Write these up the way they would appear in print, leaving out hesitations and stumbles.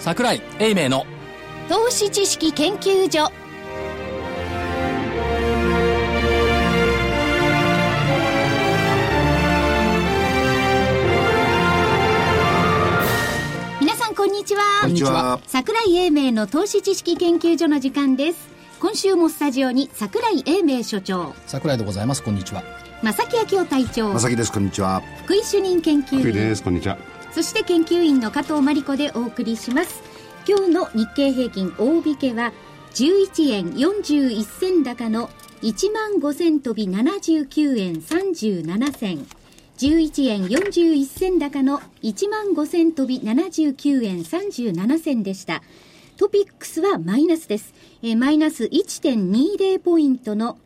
櫻井英明の投資知識研究所。皆さんこんにちは。 こんにちは。 櫻井英明の投資知識研究所の時間です。今週もスタジオに櫻井英明所長、 櫻井でございます。こんにちは。 正木昭夫隊長、 正木です。こんにちは。 福井主任研究員、 福井です。こんにちは。 そして研究員の加藤真理子でお送りします。今日の日経平均大引けは11円41銭高の 15,000 飛び79円37銭、11円41銭高の 15,000 飛び79円37銭でした。トピックスはマイナスです。マイナス 1.20 ポイントの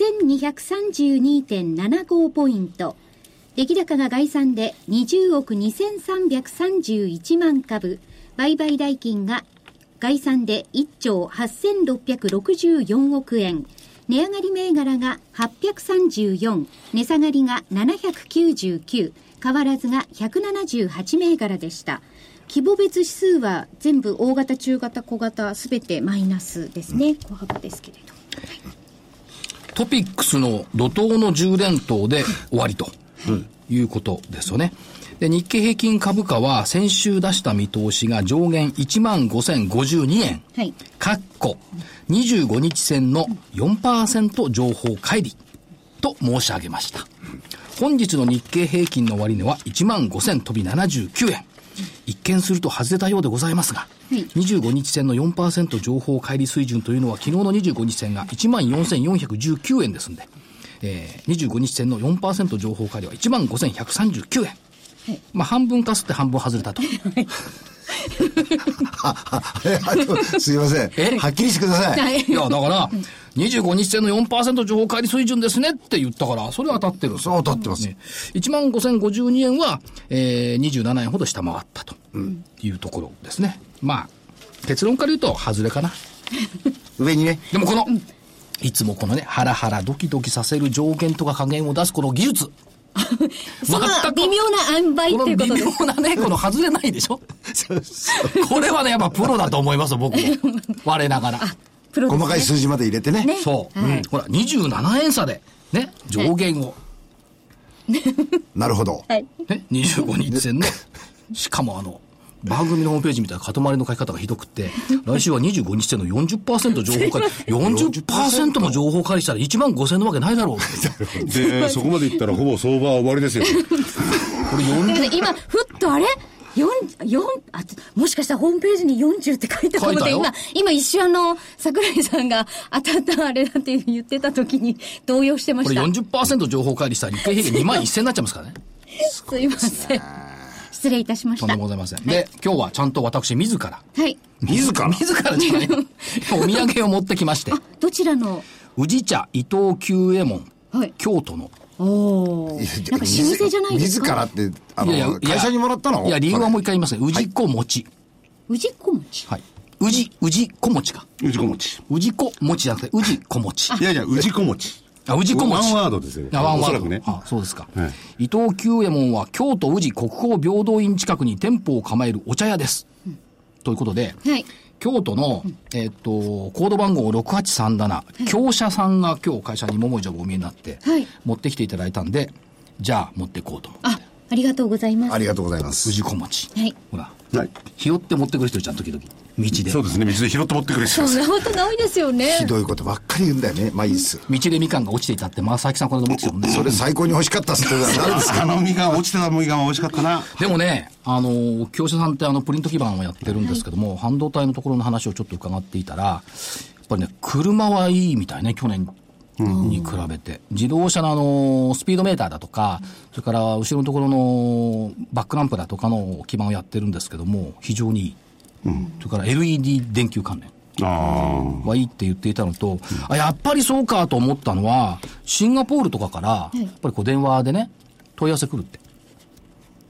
1232.75 ポイント。出来高が概算で20億2331万株。売買代金が概算で1兆8664億円。値上がり銘柄が834、値下がりが799、変わらずが178銘柄でした。規模別指数は全部大型、中型、小型すべてマイナスですね。小幅ですけれど。 トピックスの怒涛の10連投で終わりということですよね。で、日経平均株価は先週出した見通しが上限 15,052 円。 はい。 25日線の 4% 情報乖離と申し上げました。本日の日経平均の終値は 15,000 飛び79円。一見すると外れたようでございますが、はい、25日線の 4% 情報乖離水準というのは昨日の25日線が 14,419 円ですので、25日線の 4% 情報乖離は 15,139円。まあ、半分かすって半分外れたと。 すいません。はっきりしてください。 いや、だから、25日線の 4% 情報乖離水準ですねって言ったから、それは当たってる。 そう当たってます。 ね、15,052 円は、27円ほど下回ったというところですね。まあ、結論から言うと、外れかな。 上にね。 でもこの、いつもこのね、ハラハラドキドキさせる上限とか下限を出すこの技術。 その微妙な塩梅っていうことです。 この微妙なね、この外れないでしょこれはね、やっぱプロだと思いますよ、僕も。我ながら。 プロですね。 細かい数字まで入れてね。 そう。ほら、27円差で、ね、上限を。 なるほど。 はい。 ね、25日線の、しかも番組のホームページみたいな塊の書き方がひどくって来週は25日線の 40% 情報乖離40% も情報乖離したら 15,000 のわけないだろうでそこまでいったらほぼ相場は終わりですよこれ今ふっとあれもしかしたらホームページに40って書いたかもって今一瞬櫻井さんが当たったあれだって言ってた時に動揺してました。 これ 40% 情報乖離したら日経平均 21,000 になっちゃいますからねすいません、失礼いたしました。 とんでもございません。で、今日はちゃんと私自ら。 はい。 自らじゃない。お土産を持ってきまして。 どちらの？ 宇治茶伊藤久右衛門、 はい、 京都の。 おー。なんか老舗じゃないですか。 自らって会社にもらったの？ いや、理由はもう一回言いますね。宇治小餅。 宇治小餅。 はい。宇治小餅か。 宇治小餅。 宇治小餅じゃなくて宇治小餅。 いやいや、宇治小餅。 宇治小餅。 ワンワードですよね。 ワンワード。 おそらくね。 そうですか。 はい、 伊藤久右衛門は京都宇治国宝平等院近くに店舗を構えるお茶屋です。ということで、 はい、 京都の、コード番号6837、京社さんが今日会社に桃井ジョブをお見えになって、持ってきていただいたんで、じゃあ持っていこうと思って。 ありがとうございます。 ありがとうございます。 宇治小餅。 はい。 ほら。 はい。 拾って持ってくる人じゃん、時々。道で。 そうですね、道で拾って持ってくる人。 そんなことないですよね。 ひどいことばっかり言うんだよね。まあいいっす。 道でみかんが落ちていたって、正木さんこの間持ってたもんね。 それ最高に欲しかったっすって言うから何ですか。 みかん、落ちてたみかんは美味しかったな。 でもね、京社さんってプリント基板をやってるんですけども、半導体のところの話をちょっと伺っていたら、やっぱりね、車はいいみたいね、去年に比べて。自動車のスピードメーターだとか、それから後ろのところのバックランプだとかの基板をやってるんですけども、非常にいい。それから LED 電球関連はいいって言っていたのと、やっぱりそうかと思ったのは、シンガポールとかから、やっぱり電話でね、問い合わせ来るって。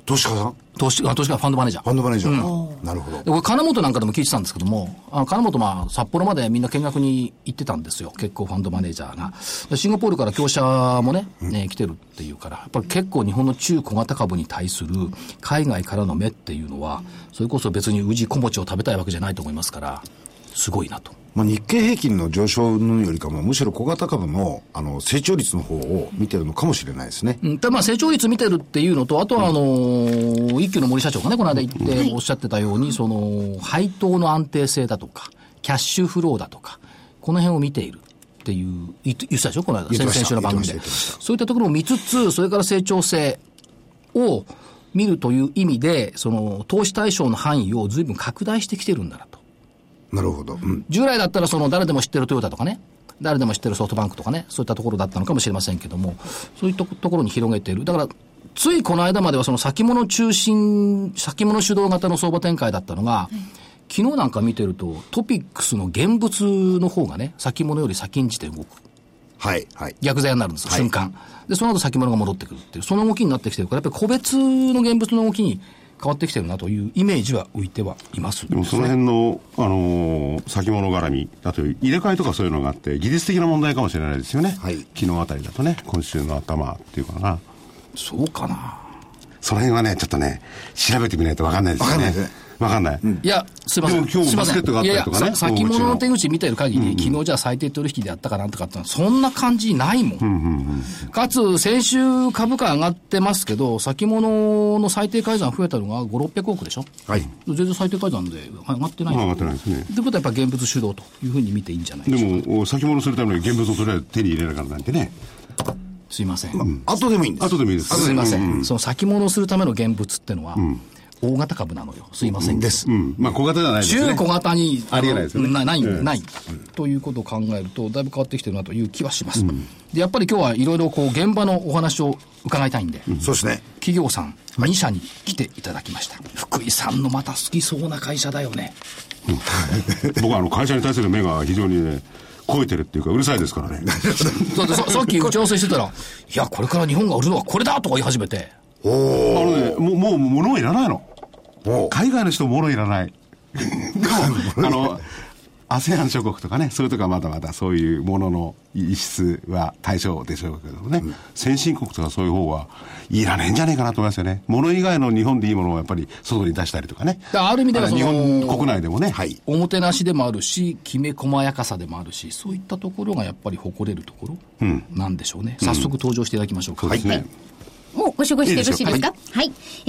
投資家さん？ 投資家ファンドマネージャー。 ファンドマネージャー。なるほど。 でこれ金本なんかでも聞いてたんですけども、金本札幌までみんな見学に行ってたんですよ。結構ファンドマネージャーが。シンガポールから業者もね、来てるっていうから、やっぱり結構日本の中小型株に対する海外からの目っていうのは、それこそ別に宇治小餅を食べたいわけじゃないと思いますから、すごいなと。 日経平均の上昇のよりかも、むしろ小型株の成長率の方を見てるのかもしれないですね。 成長率見てるっていうのと、あとは一級の森社長がね、この間言っておっしゃってたように、その配当の安定性だとか、キャッシュフローだとか、この辺を見ているっていう言ってたでしょ、この間先週の番組で。そういったところを見つつ、それから成長性を見るという意味で、その投資対象の範囲を随分拡大してきてるんだなと。 なるほど。 従来だったら誰でも知ってるトヨタとかね、誰でも知ってるソフトバンクとかね、そういったところだったのかもしれませんけども、そういったところに広げている。だからついこの間まではその先物主導型の相場展開だったのが、昨日なんか見てるとトピックスの現物の方がね、先物より先んじて動く。 はいはい。 逆座になるんですよ、瞬間。でその後先物が戻ってくるっていう、その動きになってきてるから、やっぱり個別の現物の動きに変わってきてるなというイメージは浮いてはいます。 でもその辺の、先物絡みだと入れ替えとかそういうのがあって技術的な問題かもしれないですよね、はい、昨日あたりだとね、今週の頭っていうかな。 そうかな、 その辺はねちょっとね調べてみないと分かんないですよね。分かんない。 いや、すいません。 今日もバスケットがあったりとかね。 先物の手口見てる限り、昨日じゃあ最低取引でやったかなんとかってのは、そんな感じないもん。かつ、先週株価上がってますけど、先物の最低改ざん増えたのが5、600億でしょ。 はい。 全然最低改ざんで上がってない。 上がってないですね。 ということはやっぱ現物主導というふうに見ていいんじゃないでしょうか。 でも、先物するために現物をとりあえず手に入れながらなんてね。 すいません。 後でもいいんです。 後でもいいです。 すいません。その先物をするための現物ってのは、大型株なのよ。すいません。 です。 まあ小型じゃないですね。 中小型にありえないですよね。 ない、ということを考えるとだいぶ変わってきてるなという気はします。でやっぱり今日はいろいろ現場のお話を伺いたいんで、 そうですね。 企業さん2社に来ていただきました。福井さんのまた好きそうな会社だよね。 僕は会社に対する目が非常にね超えてるっていうかうるさいですからね。 だってさっき打ち合わせしてたらいやこれから日本が売るのはこれだとか言い始めて、 もう物いらないの。海外の人物いらない。でもASEAN 諸国とかね、そういうとこはまだまだそういうものの輸出は対象でしょうけどね、先進国とかそういう方はいらねえんじゃねえかなと思いますよね。物以外の日本でいいものをやっぱり外に出したりとかね。 ある意味では日本国内でもね、はい、 おもてなしでもあるしきめ細やかさでもあるし、そういったところがやっぱり誇れるところなんでしょうね。早速登場していただきましょうか。 そうですね。 もうご紹介してよろしいですか？はい。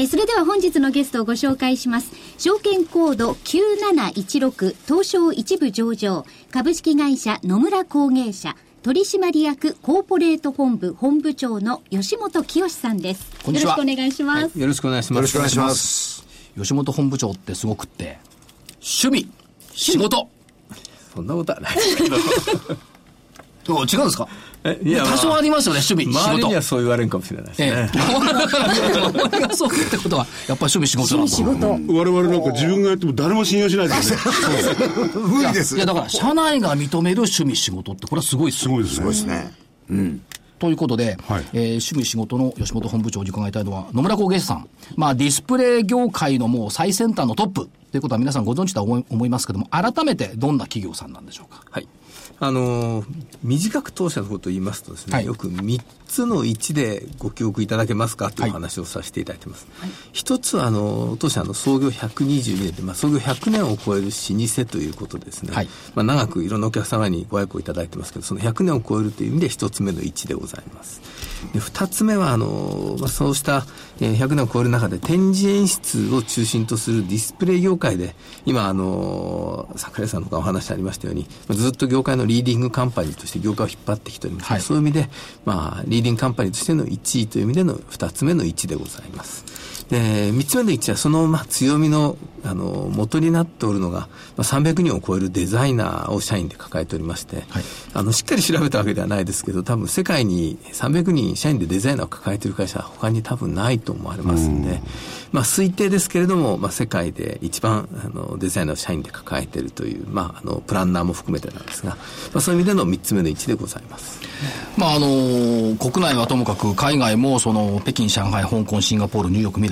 それでは本日のゲストをご紹介します。証券コード9716東証一部上場株式会社野村工芸社取締役コーポレート本部本部長の吉本清さんです。 こんにちは。 よろしくお願いします。 よろしくお願いします。 よろしくお願いします。 吉本本部長ってすごくって趣味仕事そんなことはないですけど違うんですか？ いや多少ありますよね、趣味仕事。 周りにはそう言われるかもしれないですね。 周りがそうってことはやっぱり趣味仕事なんだ。 我々なんか自分がやっても誰も信用しないですよね。 無理です。 いやだから社内が認める趣味仕事ってこれはすごいです。 すごいですね。 すごいですね。 ということで、 はい趣味仕事の吉本本部長に伺いたいのは野村工芸士さん。ディスプレイ業界のもう最先端のトップということは皆さんご存知とは思いますけども、改めてどんな企業さんなんでしょうか？ はい。短く当社のことを言いますとですね、 はい、 よく3つの1でご記憶いただけますかという話をさせていただいています。はい、一つは当社創業122年で、創業100年を超える老舗ということですね。はい、長くいろんなお客様にご愛顧いただいてますけど、その100年を超えるという意味で1つ目の1でございます。で2つ目はそうした100年を超える中で展示演出を中心とするディスプレイ業界で今桜井さんのお話ありましたようにずっと業界のリーディングカンパニーとして業界を引っ張ってきております、はい、そういう意味で、リーディングカンパニーとしての1位という意味での2つ目の1でございます。で3つ目の1はその強みの元になっておるのが、300人を超えるデザイナーを社員で抱えておりまして、はい、しっかり調べたわけではないですけど多分世界に300人社員でデザイナーを抱えている会社は他に多分ないと思われますので、推定ですけれども、世界で一番デザイナーを社員で抱えているという、プランナーも含めてなんですが、そういう意味での3つ目の1でございます。 国内はともかく海外も北京、上海、香港、シンガポール、ニューヨーク、ミラ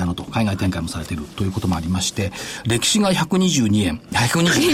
かなと、海外展開もされているということもありまして、歴史が122年やっ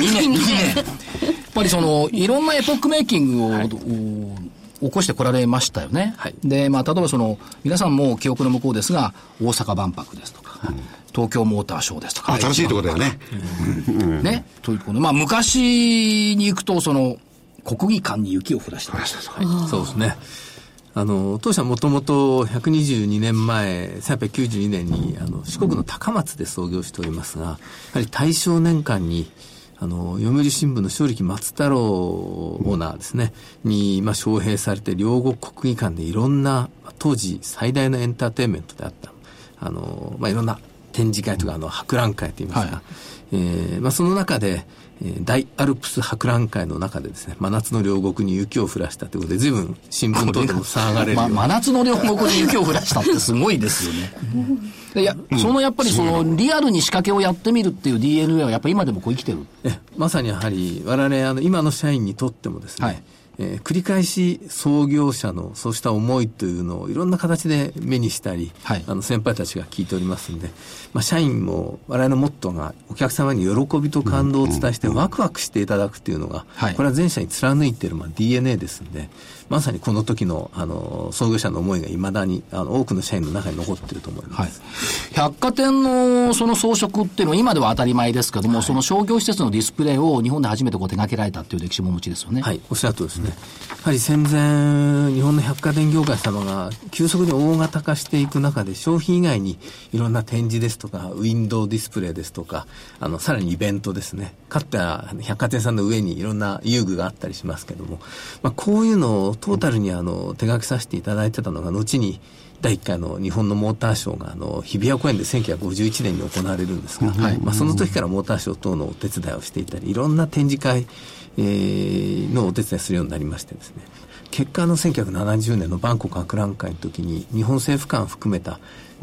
ぱりいろんなエポックメイキングを起こしてこられましたよね。はい、で、例えば皆さんも記憶の向こうですが、大阪万博ですとか、東京モーターショーですとか。 新しいところだよね。 ね。ということで、昔に行くと、国技館に雪を降らしてましたとか。 そうですね。当社もともと122年前、1892年に、四国の高松で創業しておりますが、やはり大正年間に、読売新聞の正力松太郎オーナーですね、に、招聘されて、両国国技館でいろんな、当時最大のエンターテインメントであった、いろんな展示会とか、博覧会といいますか、はい、その中で、大アルプス博覧会の中でですね、真夏の両国に雪を降らしたということで、随分新聞等でも騒がれるような。 真夏の両国に雪を降らしたってすごいですよね。やっぱりリアルに仕掛けをやってみるっていう DNA はやっぱり今でも生きてる。 まさにやはり我々今の社員にとってもですね、はい、繰り返し創業者のそうした思いというのをいろんな形で目にしたり、はい、先輩たちが聞いておりますんで、社員も我々のモットーがお客様に喜びと感動をお伝えしてワクワクしていただくっていうのが、これは全社に貫いているDNA ですんで、まさにこの時の創業者の思いが未だに多くの社員の中に残っていると思います。 はい、百貨店のその装飾っていうのは今では当たり前ですけども、はい、その商業施設のディスプレイを日本で初めて手掛けられたっていう歴史もお持ちですよね。 はい、おっしゃるとおりですね。やはり戦前日本の百貨店業界様が急速に大型化していく中で、商品以外にいろんな展示ですとかウィンドウディスプレイですとかさらにイベントですね、かつては百貨店さんの上にいろんな遊具があったりしますけども、こういうのをトータルに手掛けさせていただいてたのが、後に第1回の日本のモーターショーが日比谷公園で1951年に行われるんですが、はい、その時からモーターショー等のお手伝いをしていたり、いろんな展示会、のお手伝いするようになりましてですね、結果1970年のバンコク博覧会の時に日本政府館を含めた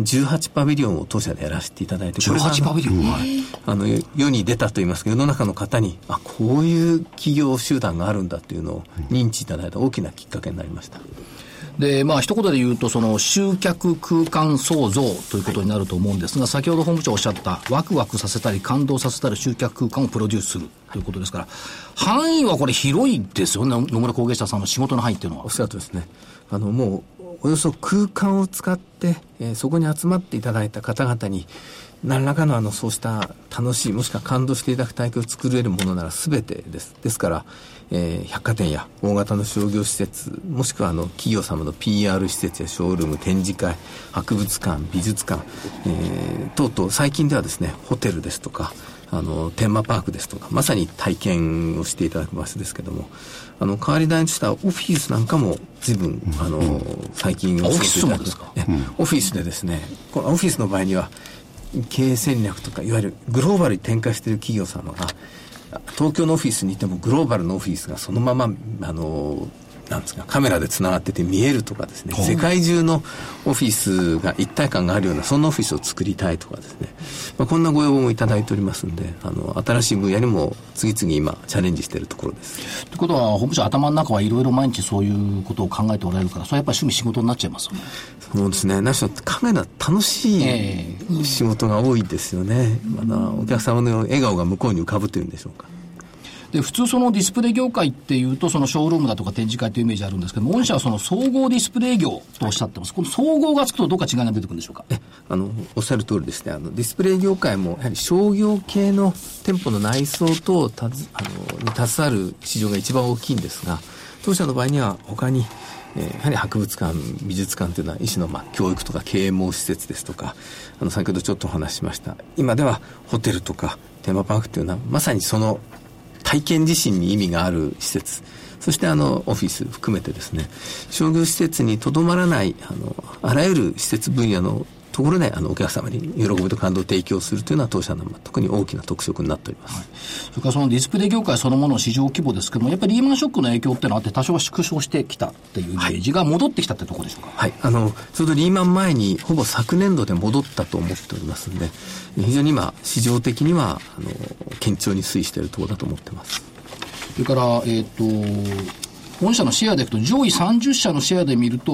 18パビリオンを当社でやらせていただいて、 18パビリオン、 はい、世に出たといいますか、世の中の方にこういう企業集団があるんだというのを認知いただいた大きなきっかけになりました。 で、一言で言うと、集客空間創造ということになると思うんですが、先ほど本部長おっしゃったワクワクさせたり感動させたり集客空間をプロデュースするということですから、範囲はこれ広いですよね。野村工芸者さんの仕事の範囲っていうのは。 おっしゃるとですね、もうおよそ空間を使って、そこに集まっていただいた方々に何らかのそうした楽しい、もしくは感動していただく体験を作れるものなら全てです。ですから、百貨店や大型の商業施設、もしくは企業様の PR 施設やショールーム、展示会、博物館、美術館、等々、最近ではですね、ホテルですとかテーマパークですとか、まさに体験をしていただく場所ですけども、代わり台にしたオフィスなんかも随分最近オフィスもですか、 オフィスでですね、このオフィスの場合には経営戦略とか、いわゆるグローバルに展開している企業様が東京のオフィスにいてもグローバルのオフィスがそのままなんですか、カメラでつながってて見えるとかですね、世界中のオフィスが一体感があるようなそんなオフィスを作りたいとかですね、こんなご要望もいただいておりますんで、新しい分野にも次々今チャレンジしているところです。 ということは本部長頭の中はいろいろ毎日そういうことを考えておられるから、それはやっぱり趣味仕事になっちゃいますよね。 そうですね、何しろ考えるのは楽しい仕事が多いですよね。お客様の笑顔が向こうに浮かぶというんでしょうか。 で、普通ディスプレイ業界っていうとショールームだとか展示会というイメージあるんですけども、御社は総合ディスプレイ業とおっしゃってます。この総合がつくとどうか違いが出てくるんでしょうか。 おっしゃる通りですね。ディスプレイ業界もやはり商業系の店舗の内装等に携わる市場が一番大きいんですが、当社の場合には他にやはり博物館、美術館というのは一種の教育とか啓蒙施設ですとか、先ほどちょっとお話ししました、今ではホテルとかテーマパークというのはまさにその体験自身に意味がある施設、そしてオフィス含めてですね、商業施設にとどまらないあらゆる施設分野のところでお客様に喜びと感動を提供するというのは当社の特に大きな特色になっております。はい、 それからそのディスプレイ業界そのものの市場規模ですけども、やっぱりリーマンショックの影響っていうのはあって多少は縮小してきたっていうイメージが戻ってきたってところでしょうか。 はい、ちょうどリーマン前にほぼ昨年度で戻ったと思っておりますので、非常に今市場的には堅調に推移しているところだと思っています。 それから、御社のシェアでいくと上位30社のシェアで見ると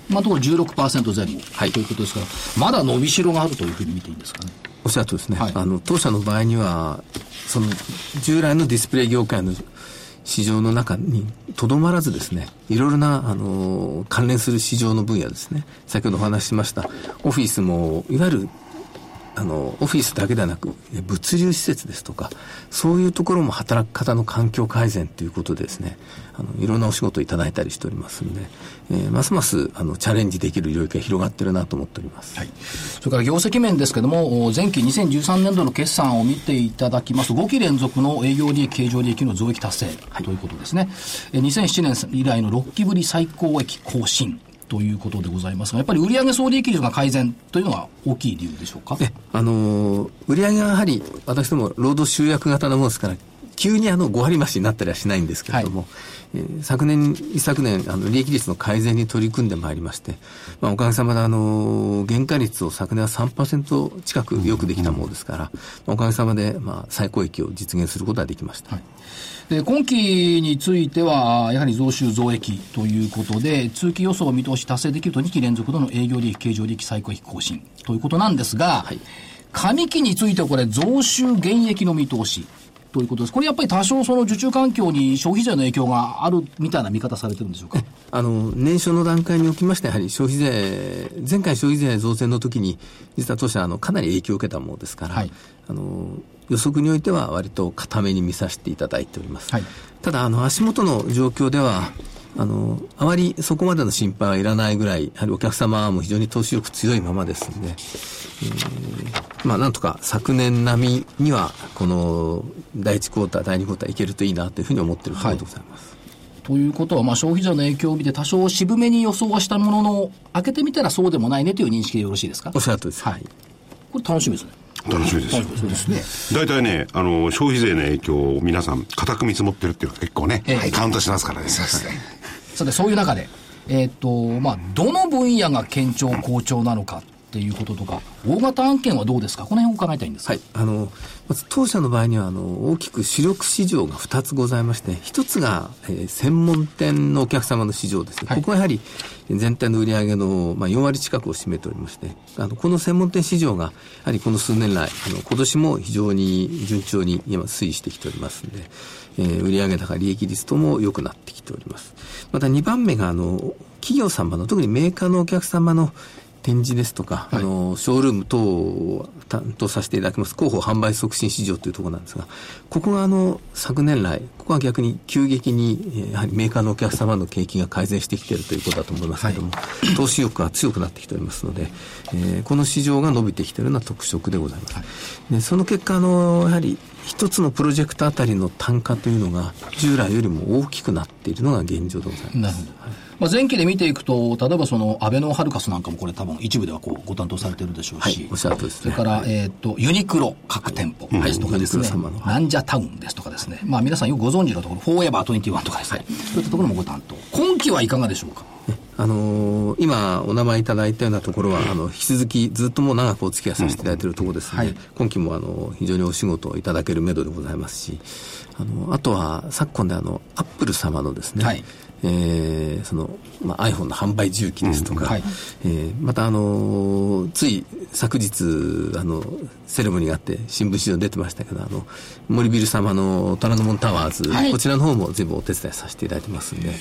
ところ 16% 前後、はい、ということですから、まだ伸びしろがあるというふうに見ていいんですかね。 おっしゃるとですね、はい、当社の場合にはその従来のディスプレイ業界の市場の中にとどまらずですね、いろいろな関連する市場の分野ですね、先ほどお話ししましたオフィスもいわゆるオフィスだけではなく物流施設ですとか、そういうところも働き方の環境改善ということでですね、いろんなお仕事をいただいたりしておりますので、ますますチャレンジできる領域が広がっているなと思っております、はい、 それから業績面ですけども、前期2013年度の決算を見ていただきますと、5期連続の営業利益経常利益の増益達成ということですね、2007年以来の6期ぶり最高益更新ということでございますが、やっぱり売上総利益率が改善というのが大きい理由でしょうか。 売上がやはり私ども労働集約型のものですから、急に5割増しになったりはしないんですけれども、はい、一昨年利益率の改善に取り組んでまいりまして、おかげさまで原価率を昨年は 3% 近くよくできたものですから、おかげさまで最高益を実現することができました、はい。 で今期についてはやはり増収増益ということで、通期予想見通し達成できると2期連続の営業利益経常利益最高益更新ということなんですが、はい、上期についてはこれ増収減益の見通しということです。これやっぱり多少その受注環境に消費税の影響があるみたいな見方されてるんでしょうか。 年初の段階におきまして、やはり消費税、前回消費税増税の時に実は当社かなり影響を受けたものですから、はい、予測においては割と固めに見させていただいております、はい、ただ足元の状況ではあまりそこまでの心配はいらないぐらい、やはりお客様も非常に投資力強いままですので、なんとか昨年並みにはこの第1クォーター第2クォーターいけるといいなというふうに思っているところでございます、 はい、ということは消費者の影響を見て多少渋めに予想はしたものの、開けてみたらそうでもないねという認識でよろしいですか。 おっしゃるとおりです、はい、 これ楽しみですね。 楽しみです。そうですね。大体ね、消費税の影響を皆さん固く見積もってるっていうのは結構ね、カウントしますからね。そうですね。 さて、そういう中で、どの分野が堅調好調なのかっていうこととか、大型案件はどうですか、この辺を伺いたいんです。 はい。まず当社の場合には大きく主力市場が2つございまして、1つが、専門店のお客様の市場ですね、はい、ここはやはり全体の売上の、4割近くを占めておりまして、この専門店市場がやはりこの数年来今年も非常に順調に今推移してきておりますので、売上高利益率とも良くなってきております。また2番目が企業様の特にメーカーのお客様の展示ですとか、はい、ショールーム等を担当させていただきます広報販売促進市場というところなんですが、ここが昨年来ここは逆に急激にやはりメーカーのお客様の景気が改善してきているということだと思いますけれども、はい、投資欲が強くなってきておりますので、この市場が伸びてきているのは特色でございます、はい、でその結果やはり一つのプロジェクトあたりの単価というのが従来よりも大きくなっているのが現状でございます。 なるほど、はい。前期で見ていくと、例えばアベノハルカスなんかもこれ多分一部ではご担当されているでしょうし、はい、 おっしゃるとおりですね。 それから、ユニクロ各店舗ですとかですね、なんじゃタウンですとかですね、皆さんよくご存知のところ、フォーエバー21とかですね、はい、そういったところもご担当。今期はいかがでしょうか。 今お名前いただいたようなところは引き続きずっともう長くお付き合いさせていただいているところですので、はい、今期も非常にお仕事をいただけるめどでございますし、あとは昨今でアップル様のですね、はい、iPhone の販売重機ですとか、はい、またつい昨日セレモニーがあって新聞紙に出てましたけど森ビル様の虎ノ門タワーズ、はい、こちらの方も全部お手伝いさせていただいてますんで、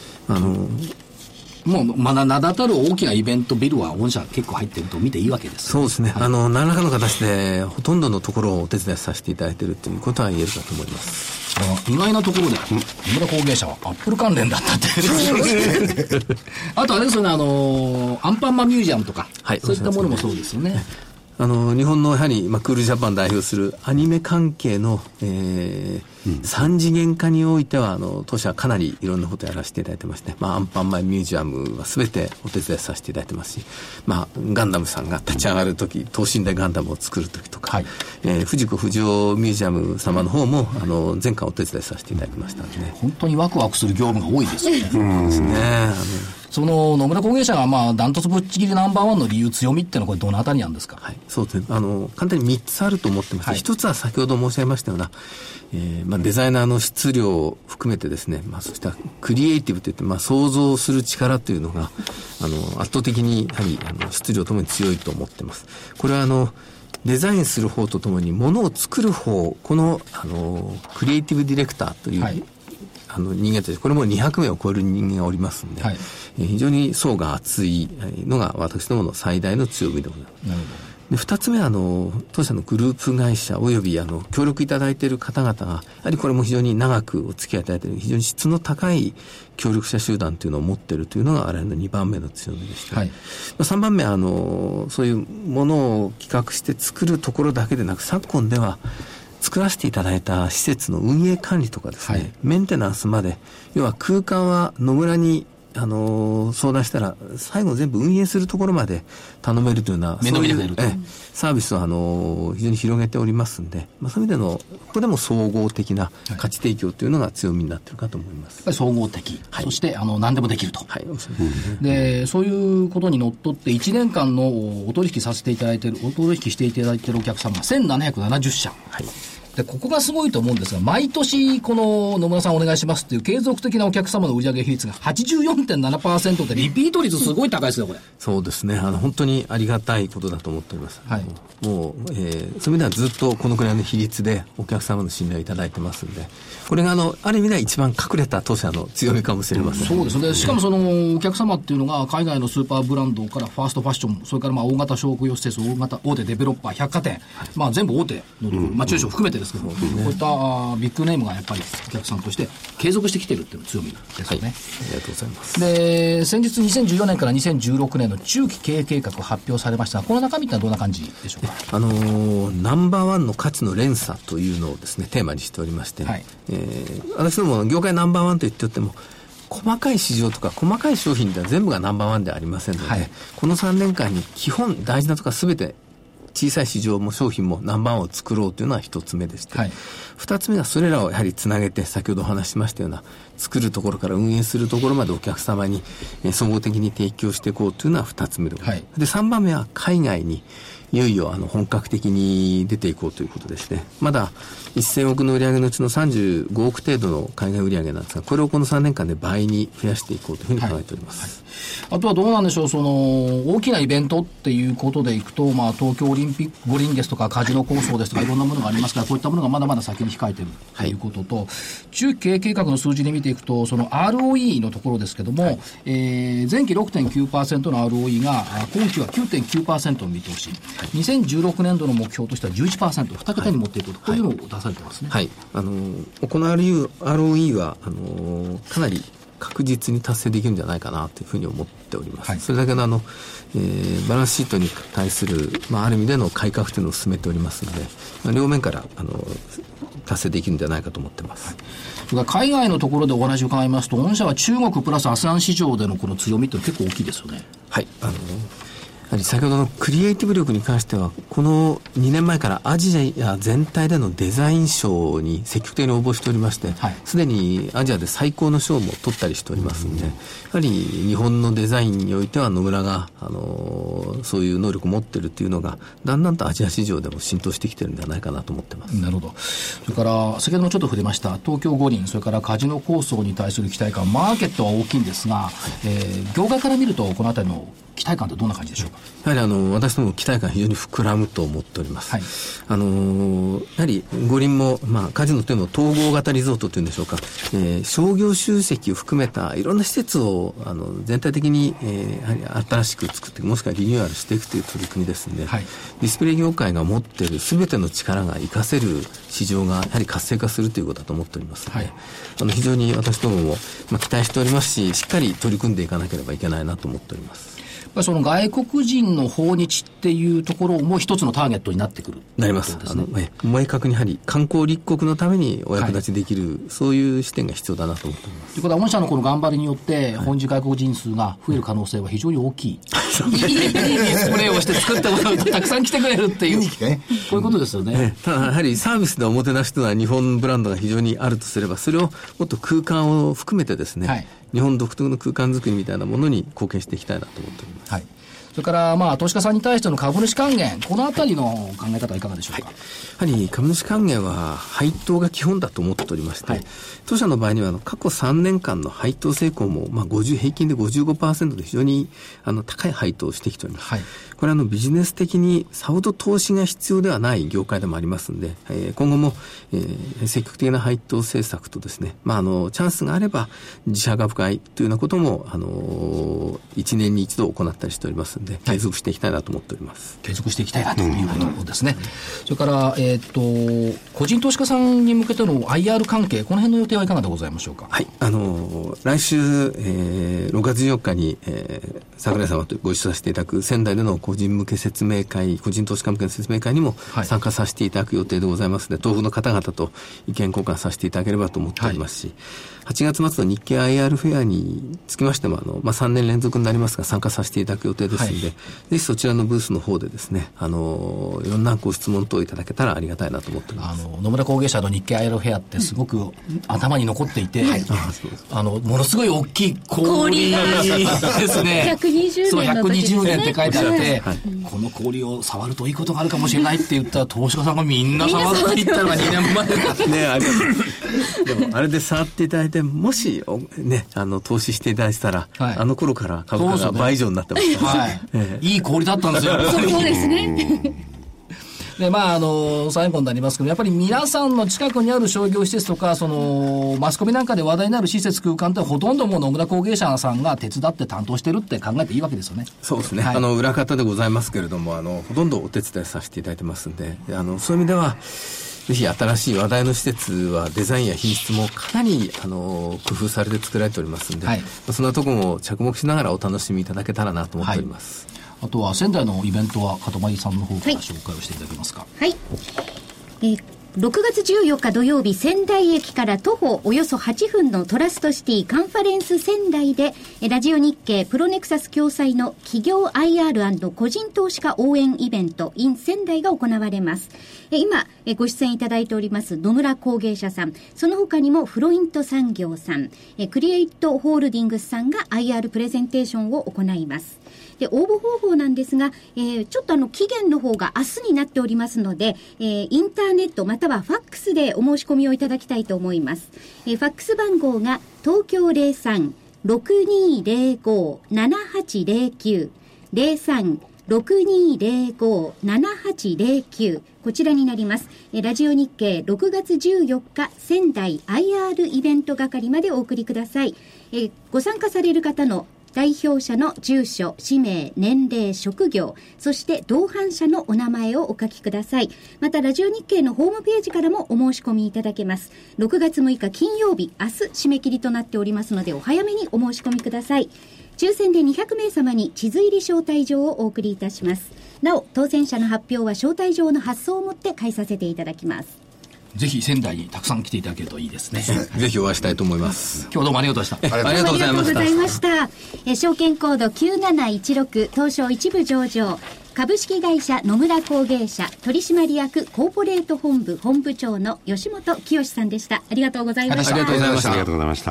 もう名だたる大きなイベントビルは御社結構入ってると見ていいわけです。 そうですね、はい、何らかの形でほとんどのところをお手伝いさせていただいているということは言えるかと思います。 意外なところで野村工芸社はアップル関連だったってあとあれですよね、アンパンマンミュージアムとか、はい、そういったものもそうですよね。 日本のやはり、クールジャパン代表するアニメ関係の、3次元化においては当社はかなりいろんなことをやらせていただいてまして、アンパンマンミュージアムは全てお手伝いさせていただいてますし、ガンダムさんが立ち上がるとき、等身大ガンダムを作るときとか、はい、藤子不二雄ミュージアム様の方も前回お手伝いさせていただきましたので、ね、 本当にワクワクする業務が多いですよね。 そうですね。 その野村工芸社がダントツぶっちぎりナンバーワンの理由、強みっていうのはこれどのあたりなんですか？ はい、そうですね。簡単に3つあると思ってます。1つは先ほど申し上げましたような、デザイナーの質量を含めてですね、そうしたクリエイティブといって、想像する力というのが、圧倒的にやはり、質量ともに強いと思ってます。これはデザインする方とともに、ものを作る方、この、クリエイティブディレクターという、人間たち、これも200名を超える人間がおりますので、非常に層が厚いのが私どもの最大の強みでございます。なるほど。で、二つ目は、当社のグループ会社及び、協力いただいている方々が、やはりこれも非常に長くお付き合いいただいている、非常に質の高い協力者集団というのを持っているというのが、我々の2番目の強みでして、3番目は、そういうものを企画して作るところだけでなく、昨今では、作らせていただいた施設の運営管理とかですね、メンテナンスまで、要は空間は野村に相談したら最後全部運営するところまで頼めるというような面倒見てくれるとサービスを非常に広げておりますので、そういう意味でのここでも総合的な価値提供というのが強みになっているかと思います。 やっぱり総合的、そして何でもできると、 でそういうことにのっとって1年間のお取引させていただいているお取引していただいているお客様が1770社、でここがすごいと思うんですが、毎年この野村さんお願いしますっていう継続的なお客様の売上比率が 84.7% でリピート率すごい高いですね、これ。 そうですね。本当にありがたいことだと思っております。もう、そういう意味ではずっとこのくらいの比率でお客様の信頼をいただいてますんで、これがある意味では一番隠れた当社の強みかもしれません。 そうですね。しかもそのお客様っていうのが海外のスーパーブランドからファーストファッション、それから大型商業施設、大手デベロッパー、百貨店、全部大手の中小含めてですけど、こういったビッグネームがやっぱりお客さんとして継続してきているっていうのが強みですよね。 ありがとうございます。 で、先日2014年から2016年の中期経営計画を発表されましたが、この中身ってのはどんな感じでしょうか？ ナンバーワンの価値の連鎖というのをですね、テーマにしておりまして、私ども業界ナンバーワンと言っておっても、細かい市場とか細かい商品では全部がナンバーワンではありませんので、この3年間に基本大事なところは全て小さい市場も商品もナンバーワンを作ろうというのは一つ目でして、二つ目はそれらをやはりつなげて、先ほどお話ししましたような作るところから運営するところまでお客様に総合的に提供していこうというのは二つ目でございます。で、三番目は海外にいよいよ本格的に出ていこうということですね。まだ1000億の売上のうちの35億程度の海外売上なんですが、これをこの3年間で倍に増やしていこうというふうに考えております。 あとはどうなんでしょう、その大きなイベントっていうことでいくと、東京オリンピック五輪ですとかカジノ構想ですとかいろんなものがありますから、こういったものがまだまだ先に控えているということと、中期経営計画の数字で見ていくと、その ROE のところですけども、前期 6.9% の ROE が今期は 9.9% の見通し、2016年度の目標としては 11%、2桁に持っていくと、こういうのを出されてますね。 この ROE はかなり確実に達成できるんじゃないかなというふうに思っております。それだけのバランスシートに対する、ある意味での改革というのを進めておりますので、両面から達成できるんじゃないかと思ってます。 それから海外のところでお話を伺いますと、御社は中国プラス ASEAN 市場でのこの強みって結構大きいですよね。 やはり先ほどのクリエイティブ力に関しては、この2年前からアジア全体でのデザイン賞に積極的に応募しておりまして、すでにアジアで最高の賞も取ったりしておりますので、やはり日本のデザインにおいては野村が、そういう能力を持っているというのが、だんだんとアジア市場でも浸透してきているんではないかなと思ってます。 なるほど。それから先ほどもちょっと触れました東京五輪、それからカジノ構想に対する期待感、マーケットは大きいんですが、業界から見るとこのあたりの期待感ってどんな感じでしょうか？ やはり私ども期待感非常に膨らむと思っております。やはり五輪も、カジノというのを統合型リゾートというんでしょうか、商業集積を含めたいろんな施設を全体的に、やはり新しく作って、もしくはリニューアルしていくという取り組みですので、ディスプレイ業界が持っている全ての力が活かせる市場がやはり活性化するということだと思っておりますので、非常に私どもも、期待しておりますし、しっかり取り組んでいかなければいけないなと思っております。 その外国人の訪日っていうところも一つのターゲットになってくる、 なります。明確にやはり観光立国のためにお役立ちできる、そういう視点が必要だなと思っております。 ということは御社のこの頑張りによって本日外国人数が増える可能性は非常に大きい、いいディスプレイをして作ってもらうとたくさん来てくれるっていうこういうことですよね。 ただやはりサービスでおもてなしというのは日本ブランドが非常にあるとすれば、それをもっと空間を含めてですね、 日本独特の空間づくりみたいなものに貢献していきたいなと思っております。 はい。それから、投資家さんに対しての株主還元、このあたりの考え方はいかがでしょうか。 やはり株主還元は配当が基本だと思っておりまして、当社の場合には過去3年間の配当成功も、平均で 55% で非常に高い配当をしてきております。これはビジネス的にさほど投資が必要ではない業界でもありますので、今後も、積極的な配当政策とですね、チャンスがあれば自社株買いというようなことも、1年に一度行ったりしておりますので、継続していきたいなと思っております。 継続していきたいなということですね。それから、個人投資家さんに向けての IR 関係、この辺の予定はいかがでございましょうか。 はい。来週、6月14日に、櫻井様とご一緒させていただく仙台での個人向け説明会、個人投資家向けの説明会にも参加させていただく予定でございますので、東北の方々と意見交換させていただければと思っておりますし、8月末の日経 IR フェアにつきましても、3年連続になりますが参加させていただく予定ですので、ぜひそちらのブースの方でですね、いろんなご質問等いただけたらありがたいなと思っております。 野村工芸社の日経 IR フェアってすごく頭に残っていて、ものすごい大きい氷ですね。120年って書いてあって、この氷を触るといいことがあるかもしれないって言ったら、投資家さんがみんな触っていったのが2年前でもあれで触っていただいて、もしね、投資していただいたら、あの頃から株価が倍以上になってました。 いい氷だったんですよ。 そうですね。 で、最後になりますけど、やっぱり皆さんの近くにある商業施設とか、マスコミなんかで話題になる施設空間ってほとんどもう野村工芸社さんが手伝って担当してるって考えていいわけですよね。 そうですね。裏方でございますけれども、ほとんどお手伝いさせていただいてますんで、そういう意味では、ぜひ新しい話題の施設はデザインや品質もかなり工夫されて作られておりますので、そんなところも着目しながらお楽しみいただけたらなと思っております。 あとは仙台のイベントは門前さんの方から紹介をしていただけますか。 6月14日土曜日、仙台駅から徒歩およそ8分のトラストシティカンファレンス仙台で、ラジオ日経プロネクサス共催の企業 IR& 個人投資家応援イベント in 仙台が行われます。今ご出演いただいております野村工芸社さん、その他にもフロイント産業さん、クリエイトホールディングスさんが IR プレゼンテーションを行います。で、応募方法なんですが、ちょっと期限の方が明日になっておりますので、インターネットまたはファックスでお申し込みをいただきたいと思います。ファックス番号が東京 03-6205-7809 03-6205-7809 こちらになります。ラジオ日経6月14日仙台 IR イベント係までお送りください。ご参加される方の代表者の住所、氏名、年齢、職業、そして同伴者のお名前をお書きください。またラジオ日経のホームページからもお申し込みいただけます。6月6日金曜日、明日締め切りとなっておりますので、お早めにお申し込みください。抽選で200名様に地図入り招待状をお送りいたします。なお、当選者の発表は招待状の発送をもって返させていただきます。 ぜひ仙台にたくさん来ていただけるといいですね。 ぜひお会いしたいと思います。 今日どうもありがとうございました。 ありがとうございました。 証券コード9716東証一部上場株式会社野村工芸社取締役コーポレート本部本部長の吉本清さんでした。ありがとうございました。 ありがとうございました。ありがとうございました。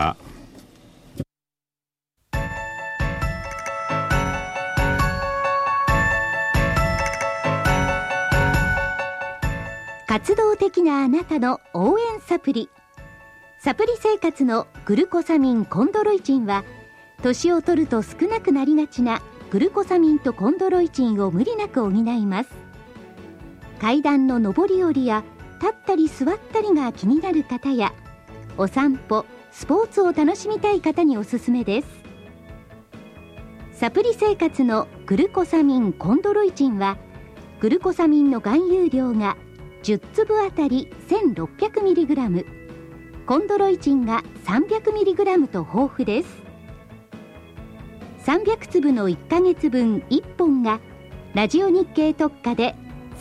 活動的なあなたの応援サプリ。サプリ生活のグルコサミンコンドロイチンは、年を取ると少なくなりがちなグルコサミンとコンドロイチンを無理なく補います。階段の上り下りや立ったり座ったりが気になる方や、お散歩、スポーツを楽しみたい方におすすめです。サプリ生活のグルコサミンコンドロイチンは、グルコサミンの含有量が10粒あたり 1600mg、 コンドロイチンが 300mg と豊富です。300粒の1ヶ月分1本がラジオ日経特価で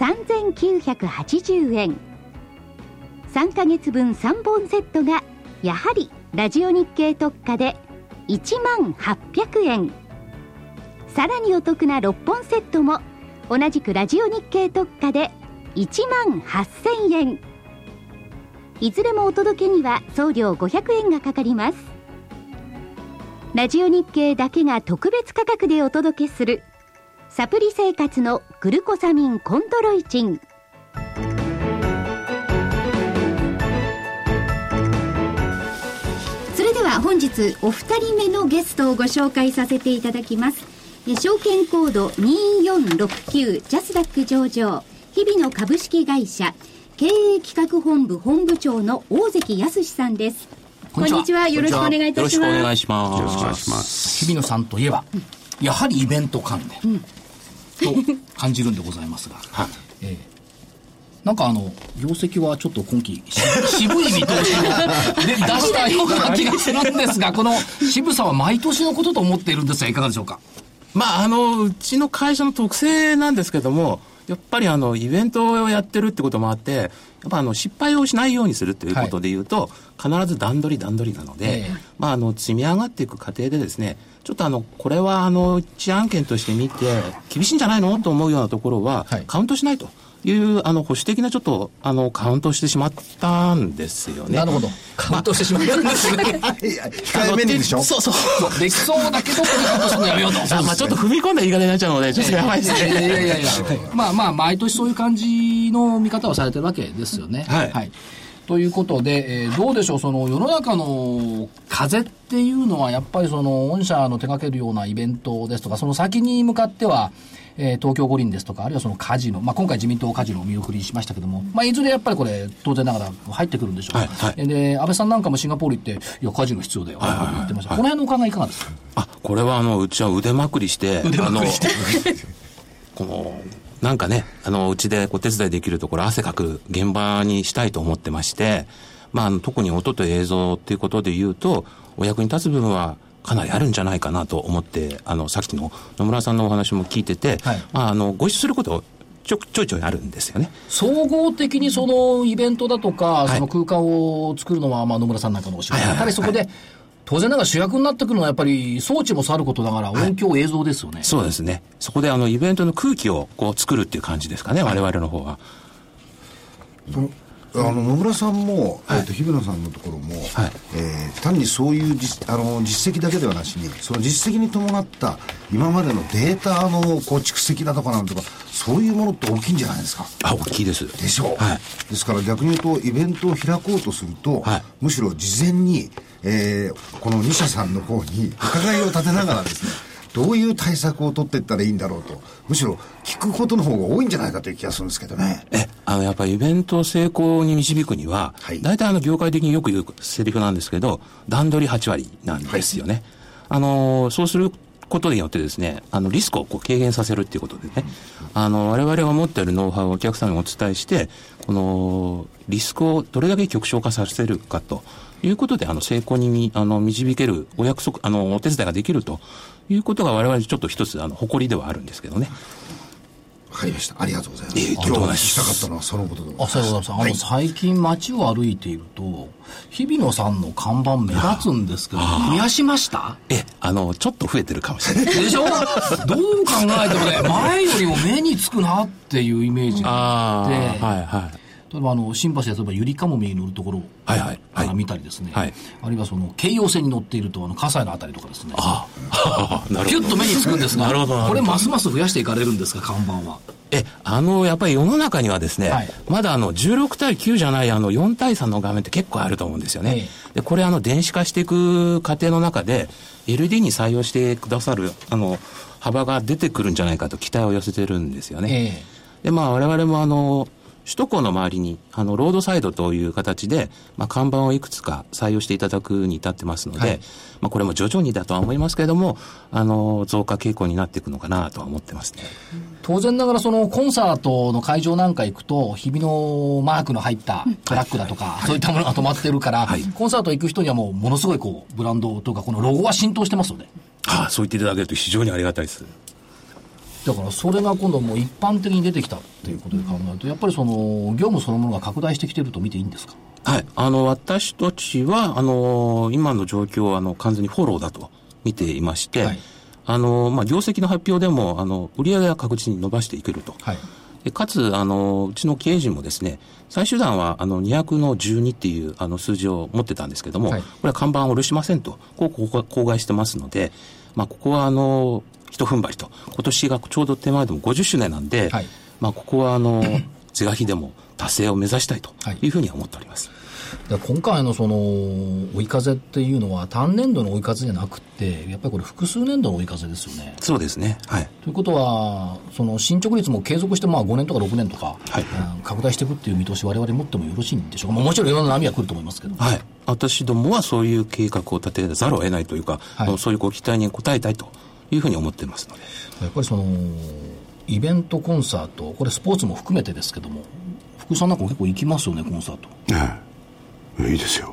3980円、3ヶ月分3本セットがやはりラジオ日経特価で10800円、さらにお得な6本セットも同じくラジオ日経特価で18000円。いずれもお届けには送料500円がかかります。 ラジオ日経だけが特別価格でお届けするサプリ生活のグルコサミンコンドロイチン。それでは本日お二人目のゲストをご紹介させていただきます。証券コード2469ジャスダック上場日比野株式会社経営企画本部本部長の大関康さんです。こんにちは。よろしくお願いいたします。 よろしくお願いします。 よろしくお願いします。 日比野さんといえば、やはりイベント関連、と感じるんでございますが、なんか業績はちょっと今期渋い見通しを出したような気がするんですが、この渋さは毎年のことと思っているんですが、いかがでしょうか。 うちの会社の特性なんですけども、やっぱりイベントをやってるってこともあって、やっぱ失敗をしないようにするということでいうと、必ず段取りなので、積み上がっていく過程でですね、ちょっとこれは一案件として見て、厳しいんじゃないのと思うようなところは、カウントしないという保守的なちょっとカウントしてしまったんですよね。 なるほど。カウントしてしまったんですね。 控えめにでしょ。 そうできそうだけどカウントするのやめようと。 ちょっと踏み込んだ言い方になっちゃうのでちょっとやばいですね。 いや毎年そういう感じの見方をされてるわけですよね。はい。ということで、どうでしょう、その世の中の風っていうのはやっぱりその御社の手掛けるようなイベントですとか、その先に向かっては東京五輪ですとか、あるいはそのカジノ、今回自民党カジノを見送りしましたけども、いずれやっぱりこれ当然ながら入ってくるんでしょう。で安倍さんなんかもシンガポール行っていやカジノ必要だよって言ってました。この辺のお考えいかがですか。 これはうちは腕まくりしてこのなんかね、うちでお手伝いできるところ、汗かく現場にしたいと思ってまして、特に音と映像っていうことで言うと、お役に立つ部分はかなりあるんじゃないかなと思って、さっきの野村さんのお話も聞いてて、ご一緒することちょいちょいあるんですよね。 総合的にそのイベントだとか、その空間を作るのは、野村さんなんかのお仕事。やはりそこで、当然ながら主役になってくるのはやっぱり装置もさることながら音響映像ですよね。 そうですね。そこでイベントの空気を作るっていう感じですかね、我々の方は。 野村さんも、日比野さんのところも、単にそういう実績だけではなしに、その実績に伴った今までのデータの蓄積だとかなんとか、そういうものって大きいんじゃないですか。 大きいです。 でしょう。ですから逆に言うとイベントを開こうとすると、むしろ事前に、この2社さんの方に伺いを立てながらですね、どういう対策を取っていったらいいんだろうと、むしろ聞くことの方が多いんじゃないかという気がするんですけどね。 やっぱりイベントを成功に導くには、大体業界的によく言うセリフなんですけど、段取り8割なんですよね。そうすることによってですね、リスクを軽減させるっていうことでね、我々が持っているノウハウをお客さんにお伝えして、このリスクをどれだけ極小化させるかということで、成功に導けるお約束、お手伝いができるということが我々ちょっと一つ誇りではあるんですけどね。 わかりました。ありがとうございます。今日お話ししたかったのはそのことでございます。 最近街を歩いていると、日比野さんの看板目立つんですけど、増やしました？ ちょっと増えてるかもしれない。 でしょ？どう考えてもね、前よりも目につくなっていうイメージがあって、例えば新橋で例えばゆりかもめに乗るところから見たりですね、あるいはその京葉線に乗っていると葛西のあたりとかですね、ピュッと目につくんですが、これますます増やしていかれるんですか、看板は。 やっぱり世の中にはですね、まだ16対9じゃない4対3の画面って結構あると思うんですよね。でこれ電子化していく過程の中で LED に採用してくださる幅が出てくるんじゃないかと期待を寄せてるんですよね。で我々も首都高の周りにロードサイドという形で、看板をいくつか採用していただくに至ってますので、これも徐々にだとは思いますけれども、増加傾向になっていくのかなとは思ってますね。 当然ながらそのコンサートの会場なんか行くと日比野マークの入ったトラックだとか、そういったものが止まってるから、コンサート行く人にはものすごいブランドとかこのロゴは浸透してますよね。 そう言っていただけると非常にありがたいです。 だからそれが今度もう一般的に出てきたということで考えると、やっぱりその業務そのものが拡大してきていると見ていいんですか。 私たちは今の状況は完全にフォローだと見ていまして、業績の発表でも売上は確実に伸ばしていけると、 かつ、うちの経営陣もですね、最終段は200の12っていう数字を持ってたんですけども、これは看板を下ろしませんと、口外してますので、ここは一踏ん張りと、今年がちょうど手前でも50周年なんで、ここは是が非でも達成を目指したいというふうに思っております。 今回の追い風っていうのは単年度の追い風じゃなくて、やっぱりこれ複数年度の追い風ですよね。 そうですね。はい。 ということは、進捗率も継続して5年とか6年とか、拡大していくっていう見通し我々持ってもよろしいんでしょうか。もちろんいろんな波は来ると思いますけど。 はい。私どもはそういう計画を立てざるを得ないというか、そういう期待に応えたいというふうに思っていますので。 やっぱりイベントコンサート、これスポーツも含めてですけども、福井さんなんか結構行きますよね、コンサート。 いいですよ。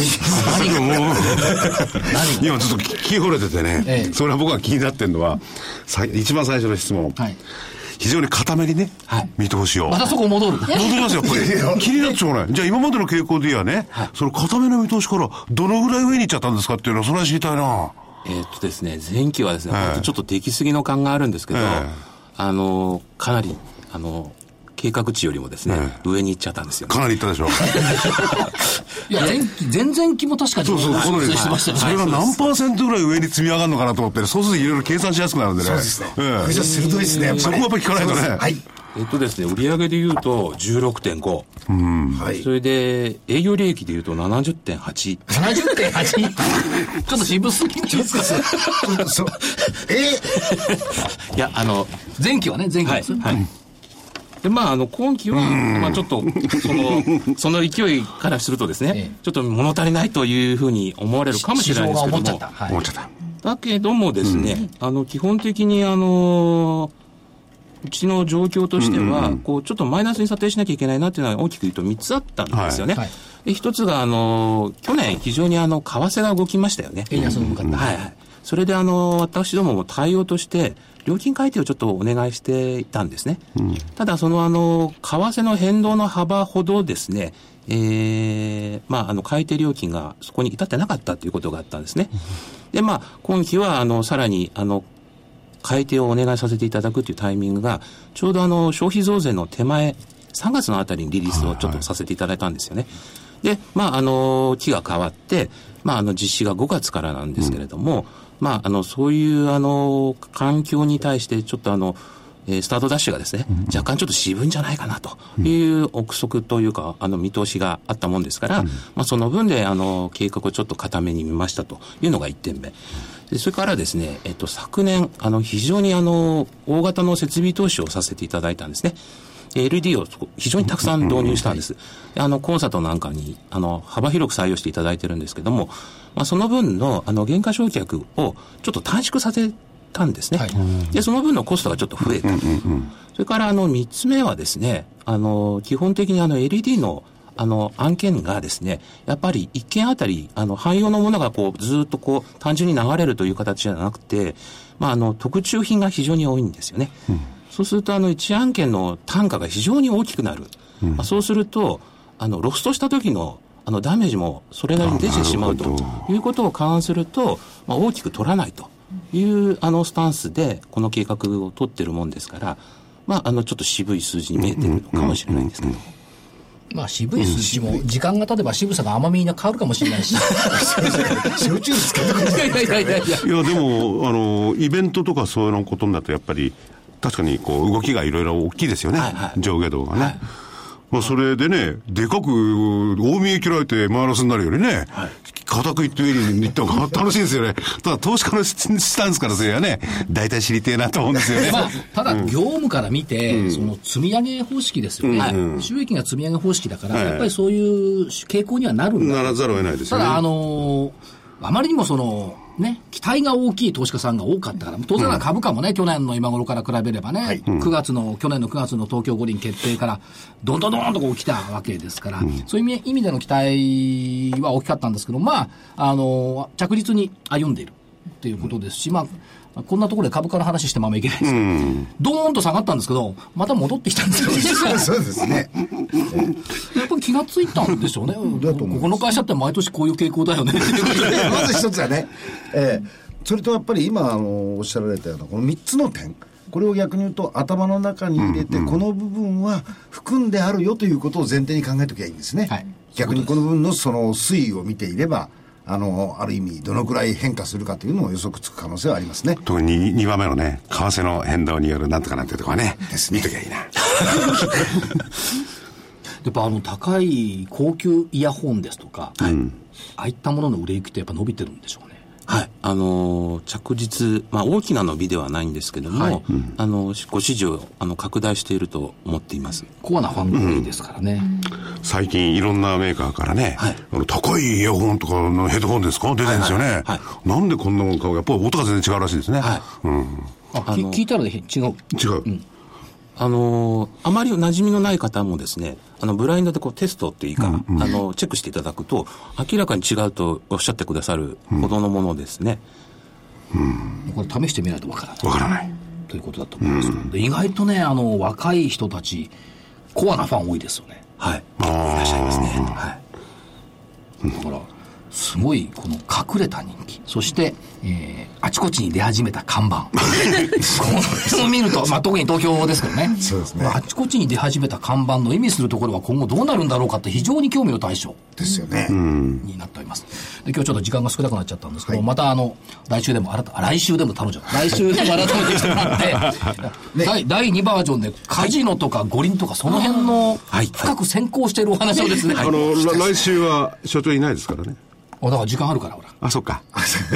今ちょっと聞き惚れててね、それは僕が気になってるのは、一番最初の質問。非常に固めにね、見通しを。 またそこ戻りますよ、やっぱり。気になっちゃうね。じゃあ今までの傾向で言えばね、その固めの見通しからどのぐらい上に行っちゃったんですかっていうのは、それは知りたいな。 ですね、前期はですね、ちょっと出来すぎの感があるんですけど、かなり、計画値よりもですね、上に行っちゃったんですよ、ね。 かなり行ったでしょ。 いや、前々期も確かに。 そう、それが何%ぐらい上に積み上がるのかなと思って、そうするといろいろ計算しやすくなるんでね。 そうですね。これじゃ鋭いですね。 そこはやっぱり聞かないとね。はい。 ですね、売上で言うと 16.5。それで、営業利益で言うと 70.8。 70.8? ちょっと渋すぎですか。 いや、 前期はね、前期です。はい。 で、今期は、ちょっと、その勢いからするとですね、ちょっと物足りないというふうに思われるかもしれないですけども。 思っちゃった。 だけどもですね、基本的にうちの状況としては、ちょっとマイナスに査定しなきゃいけないなっていうのは大きく言うと3つあったんですよね。で、1つが、去年非常に為替が動きましたよね。 円安の向かった。 それで私どもも対応として、料金改定をちょっとお願いしていたんですね。ただ、為替の変動の幅ほどですね、改定料金がそこに至ってなかったということがあったんですね。で、今期は、さらに、改定をお願いさせていただくというタイミングが、ちょうど消費増税の手前、3月のあたりにリリースをちょっとさせていただいたんですよね。で、期が変わって、実施が5月からなんですけれども、そういう環境に対してちょっとスタートダッシュがですね、若干ちょっと渋いんじゃないかなという憶測というか、見通しがあったもんですから、その分で計画をちょっと固めに見ましたというのが1点目。で、それからですね、昨年、非常に大型の設備投資をさせていただいたんですね。LED を非常にたくさん導入したんです。コンサートなんかに、幅広く採用していただいてるんですけども、その分の、原価償却をちょっと短縮させたんですね。で、その分のコストがちょっと増えた。それから3つ目はですね、基本的にLED の案件がですね、やっぱり1件あたり汎用のものがずっと単純に流れるという形じゃなくて、特注品が非常に多いんですよね。そうすると1案件の単価が非常に大きくなる。そうするとロストした時のダメージもそれなりに出てしまうということを勘案すると、大きく取らないというスタンスでこの計画を取ってるもんですから、ちょっと渋い数字に見えてるのかもしれないんですけど。 渋い数字も時間が経てば渋さが甘みに変わるかもしれないし。 焼酎つけてください。 いや、でも、イベントとかそういうことになると、やっぱり、確かに動きがいろいろ大きいですよね。上下動がね。それでね、でかく大見え切られてマイナスになるよりね、固くいって上に行った方が楽しいですよね。ただ投資家のスタンスからすればね、大体知りてえなと思うんですよね。 ただ業務から見て、その積み上げ方式ですよね。収益が積み上げ方式だから、やっぱりそういう傾向にはなるんだ。 ならざるを得ないですよね。 ただあまりにも期待が大きい投資家さんが多かったから、当然株価もね、去年の今頃から比べればね、去年の9月の東京五輪決定から、どんどんと来たわけですから、そういう意味での期待は大きかったんですけど、着実に歩んでいるっていうことですし、こんなところで株価の話してもいけないですけど、ドーンと下がったんですけど、また戻ってきたんですよ。 そうですね。 やっぱり気がついたんでしょうね。ここの会社って毎年こういう傾向だよね。 まず一つはね、それとやっぱり今おっしゃられたようなこの3つの点、 これを逆に言うと頭の中に入れて、この部分は含んであるよということを前提に考えておきゃいいんですね、はい、逆にこの部分のその推移を見ていればある意味どのくらい変化するかというのを予測つく可能性はありますね。 特に 2番目のね、為替の変動によるなんとかなんていうところはね、見ときゃいいな。 やっぱ高い高級イヤホンですとか、はい、ああいったものの売れ行きってやっぱ伸びてるんでしょうね。 はい、着実、大きな伸びではないんですけども、はい、ご支持を拡大していると思っています。 コアなファンが多いですからね、 最近いろんなメーカーからね、はい、高いイヤホンとかのヘッドホンですか出てるんですよね、はいはいはい、なんでこんなもんかやっぱり音が全然違うらしいですね、はい聞いたら違う、 あまり馴染みのない方もですね、ブラインドでテストっていうか、チェックしていただくと明らかに違うとおっしゃってくださるほどのものですね、 これ試してみないとわからない。 わからない。 ということだと思います。で意外とね、若い人たち、コアなファン多いですよね。 はい。いらっしゃいますね。はい。 だから、すごい、この隠れた人気。そして、あちこちに出始めた看板。これを見ると、特に東京ですけどね。 そうですね。 あちこちに出始めた看板の意味するところは今後どうなるんだろうかって非常に興味の対象。 ですよね。 になっております。で、今日ちょっと時間が少なくなっちゃったんですけど、はい、また来週でも来週でも頼んじゃう。来週でも改めて来てもらって、第2バージョンでカジノとか五輪とかその辺の深く先行しているお話をですね。 来週は所長いないですからね。 だから時間あるから、ほら。 あ、そっか。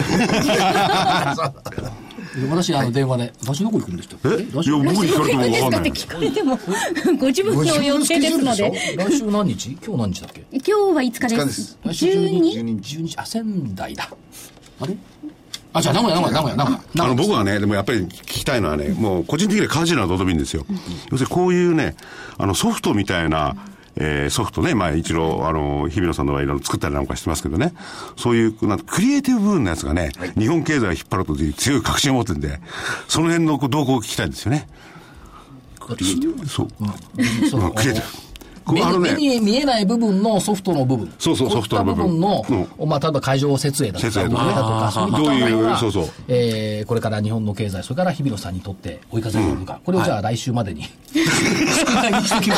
私、電話で、場所どこ行くんですか？ いや、僕に聞かれても分かんない。 聞かれても、ご自分の予定ですので。 来週何日？今日何日だっけ？ 今日は5日です。 来週12日、仙台だ。あれ？じゃあ名古屋。 僕はね、でもやっぱり聞きたいのはね、もう個人的にカジノはどうでもいいんですよ。要するにこういうね、ソフトみたいな、ソフトね、一度、日比野さんのはいろいろ作ったりなんかしてますけどね、そういう、クリエイティブ部分のやつがね、はい、日本経済を引っ張るという強い確信を持ってるんで、その辺の動向を聞きたいんですよね。そう。クリエイティブ。目に見えない部分のソフトの部分。 そう、ソフトの部分の、例えば会場設営だとか、そういったどういう、 これから日本の経済、それから日比野さんにとって追い風になるのか、これをじゃあ来週までに、宿題にしておきます。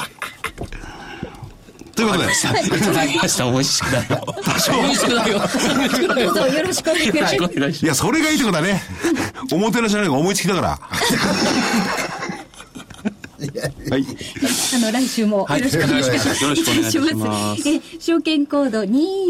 ということで、 いただきました。美味しくだよ。 美味しくだよ。 どうぞよろしくお願いします。 いや、それがいいってことだね。おもてなしじゃないのが思いつきだから。 はい。来週もよろしくお願いします。 よろしくお願いします。 証券コード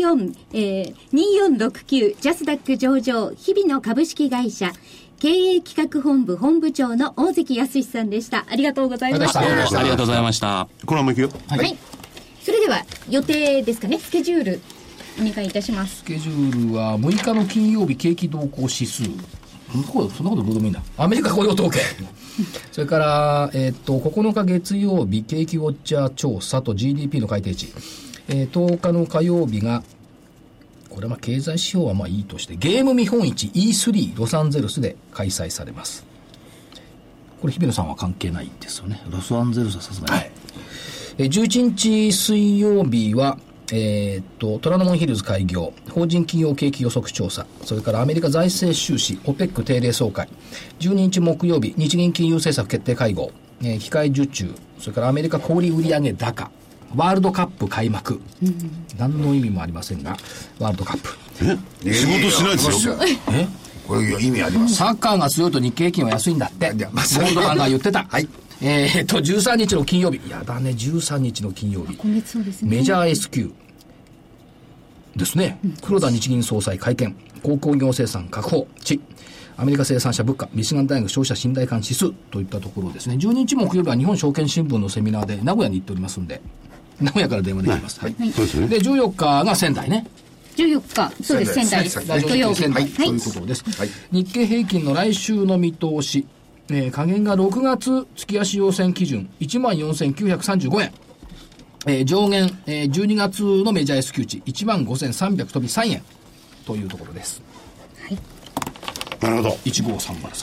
2469ジャスダック上場日比野株式会社経営企画本部本部長の大関康さんでした。ありがとうございました。 ありがとうございました。 このままいくよ。 はい。それでは予定ですかね、スケジュールお願いいたします。 スケジュールは6日の金曜日景気動向指数、そんなことどうでもいいんだ。アメリカ雇用統計それから、9日月曜日景気ウォッチャー調査と GDP の改定値、10日の火曜日がこれは経済指標はいいとしてゲーム見本市 E3 ロサンゼルスで開催されます。これ日比野さんは関係ないですよね。ロサンゼルスはさすがに、はい。11日水曜日は、虎ノ門ヒルズ開業、法人企業景気予測調査、それからアメリカ財政収支、OPEC 定例総会、12日木曜日、日銀金融政策決定会合、控え受注、それからアメリカ小売売上高、ワールドカップ開幕、何の意味もありませんが、ワールドカップ。 仕事しないですよ。 これ意味あります。 サッカーが強いと日経平均は安いんだって、ゴールドマンが言ってた。はい。13日の金曜日。やだね、13日の金曜日。 今月そうですね。 メジャー S q ですね。黒田日銀総裁会見。鉱工業生産確保。アメリカ生産者物価。ミシガン大学消費者信頼感指数といったところですね。12日木曜日は日本証券新聞のセミナーで名古屋に行っておりますんで、名古屋から電話できます。はい。 そうですね。 で、14日が仙台ね。 14日、そうです、仙台です。土曜日。 仙台ということです。日経平均の来週の見通し。下限が6月月足要線基準 14,935 円、上限、12月のメジャー S q 値 15,300 飛び3円というところです。 はい。 なるほど。 15303、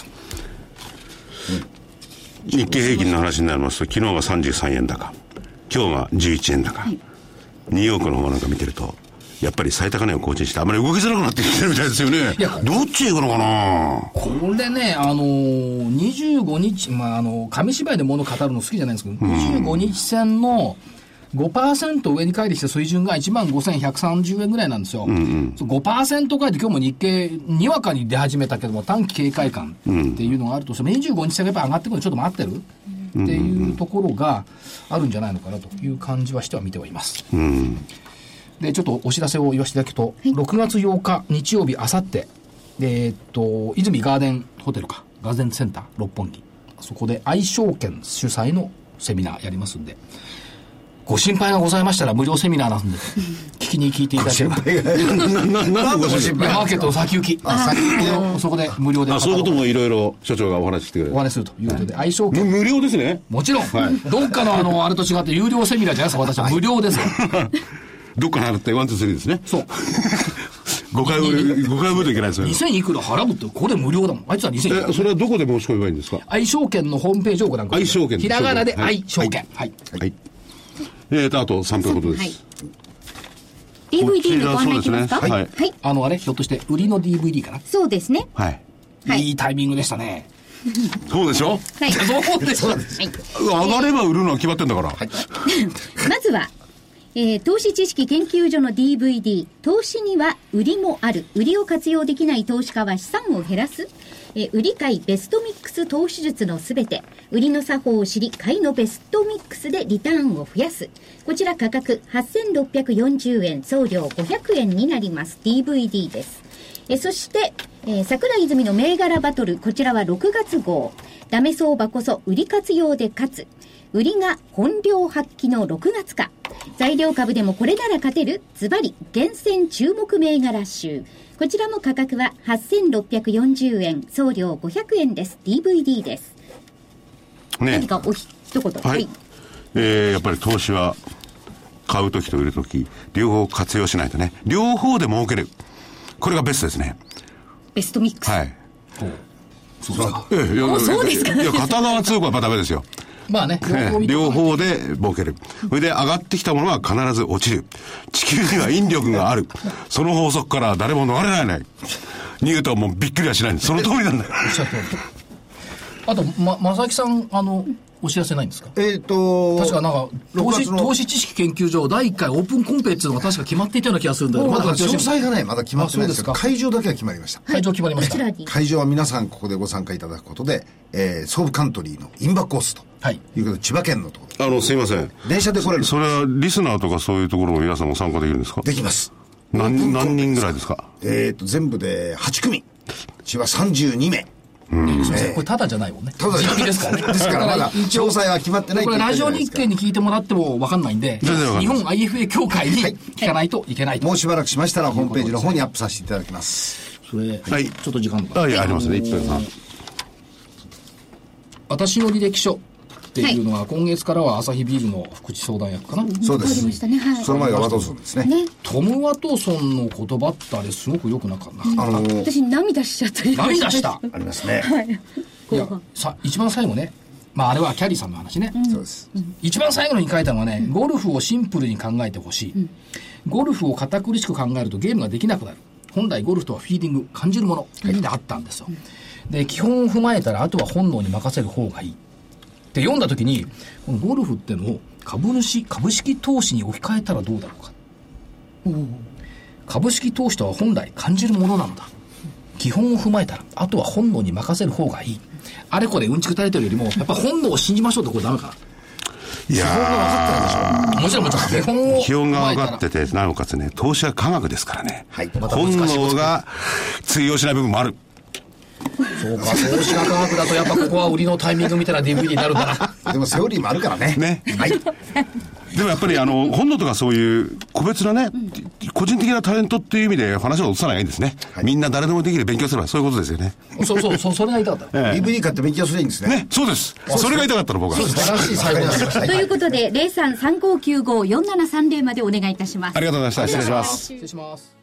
日経平均の話になりますと、昨日が33円高、今日が11円高、はい、ニューヨークの方なんか見てるとやっぱり最高値を更新してあまり動きづらくなってきてるみたいですよね。いや、どっち行くのかな。 これね、25日、紙芝居で物語るの好きじゃないんですけど、25日線の 5% 上に乖離した水準が 15,130 円ぐらいなんですよ。5% 乖離で今日も日経にわかに出始めたけども、短期警戒感っていうのがあるとしても、25日線がやっぱり上がってくるのちょっと待ってるっていうところがあるんじゃないのかなという感じはしては見てはいます。で、ちょっとお知らせを言わせていただくと、6月8日日曜日、あさって、泉ガーデンホテルか、ガーデンセンター六本木、そこで愛証券主催のセミナーやりますんで、ご心配がございましたら無料セミナーなんで、聞いていただければ。 何のご心配？ マーケットの先行き。そこで無料で。 そういうこともいろいろ所長がお話ししてくれる。 お話しするということで、愛証券。 無料ですね。 もちろん。どっかのあれと違って有料セミナーじゃないですか、私は。無料です。 どっか払って1、2、3ですね。 そう。 5回分といけないですよね。 2000いくら払うって、これ無料だもん。あいつは2000いくら。 それはどこで申し込めばいいんですか？ 愛証券のホームページをご覧ください。 愛証券。 ひらがなで愛証券。はい。 あと3分ほどです。 DVD のご案内いきますか？ はい。 あれひょっとして売りの DVD かな？ そうですね。 はい。 いいタイミングでしたね。 そうでしょ？ はい。 そうです。 上がれば売るのは決まってんだから。 まずは、投資知識研究所の DVD、投資には売りもある。売りを活用できない投資家は資産を減らす。売り買いベストミックス投資術のすべて。売りの作法を知り、買いのベストミックスでリターンを増やす。こちら価格8640円、送料500円になります。DVD です。そして、桜井泉の銘柄バトル、こちらは6月号。ダメ相場こそ売り活用で勝つ。売りが本領発揮の6月か。材料株でもこれなら勝てる。ズバリ厳選注目銘柄集。こちらも価格は8640円、送料500円です。DVD です。何かお一言。 はい。やっぱり投資は買うときと売るとき両方活用しないとね。両方で儲ける。これがベストですね。 ベストミックス。 はい。 そうですか。 そうですか。 いや、片側通行はダメですよ。 まあね。 両方で儲ける。それで上がってきたものは必ず落ちる。地球には引力がある。その法則から誰も逃れられない。ニュートンもびっくりはしないんです。その通りなんだよ。 あと、正木さん、お知らせないんですか？確かなんか、投資知識研究所第1回オープンコンペっていうのが確か決まっていたような気がするんだけど、 まだ詳細がね、まだ決まってないんですけど、会場だけは決まりました。 会場決まりました。 会場は皆さんここでご参加いただくことで、ソーブカントリーのインバコースということで、千葉県のところ。 すいません。 電車で来れる。 それはリスナーとかそういうところの皆さんも参加できるんですか？ できます。 何人ぐらいですか？ 全部で8組。千葉32名。 これただじゃないもんね。 ただじゃないですからね。ですからまだ詳細は決まってない。 これラジオ日経に聞いてもらっても分かんないんで、日本 IFA 協会に聞かないといけないと。 もうしばらくしましたらホームページの方にアップさせていただきます。 それ、ちょっと時間が。 ありますね。1分半。 私の履歴書っていうのは、今月からはアサヒビールの福地相談役かな。 そうです。その前がワトソンですね。 トム・ワトソンの言葉ってあれすごく良くなかった。 私涙しちゃったり。 涙した。 ありますね。 いや、一番最後ね。あれはキャリーさんの話ね。 そうです。 一番最後に書いたのはね、ゴルフをシンプルに考えてほしい。ゴルフを堅苦しく考えるとゲームができなくなる。本来ゴルフとはフィーリング、感じるものってあったんですよ。で、基本を踏まえたら、あとは本能に任せる方がいい。って読んだときに、このゴルフってのを株式投資に置き換えたらどうだろうか。株式投資とは本来感じるものなのだ。基本を踏まえたら、あとは本能に任せる方がいい。あれこれうんちく垂れてるよりも、やっぱ本能を信じましょうってこれダメかな。 いやー、 もちろん基本が分かってて、なおかつね、投資は科学ですからね。 はい。 本能が通用しない部分もある。 そうか、投資が科学だとやっぱここは売りのタイミングみたいな DVD になるんだな。 でもセオリーもあるからね。 ね。 はい。 でもやっぱり本能とかそういう個別なね、個人的なタレントっていう意味で話を移さないがいいんですね。みんな誰でもできる勉強すればそういうことですよね。 それが言いたかった。 DVD 買って勉強すればいいんですね。ね、 そうです。それが言いたかったの僕は。 素晴らしい最後です。 ということで、0335954730までお願いいたします。 ありがとうございました。失礼します。 失礼します。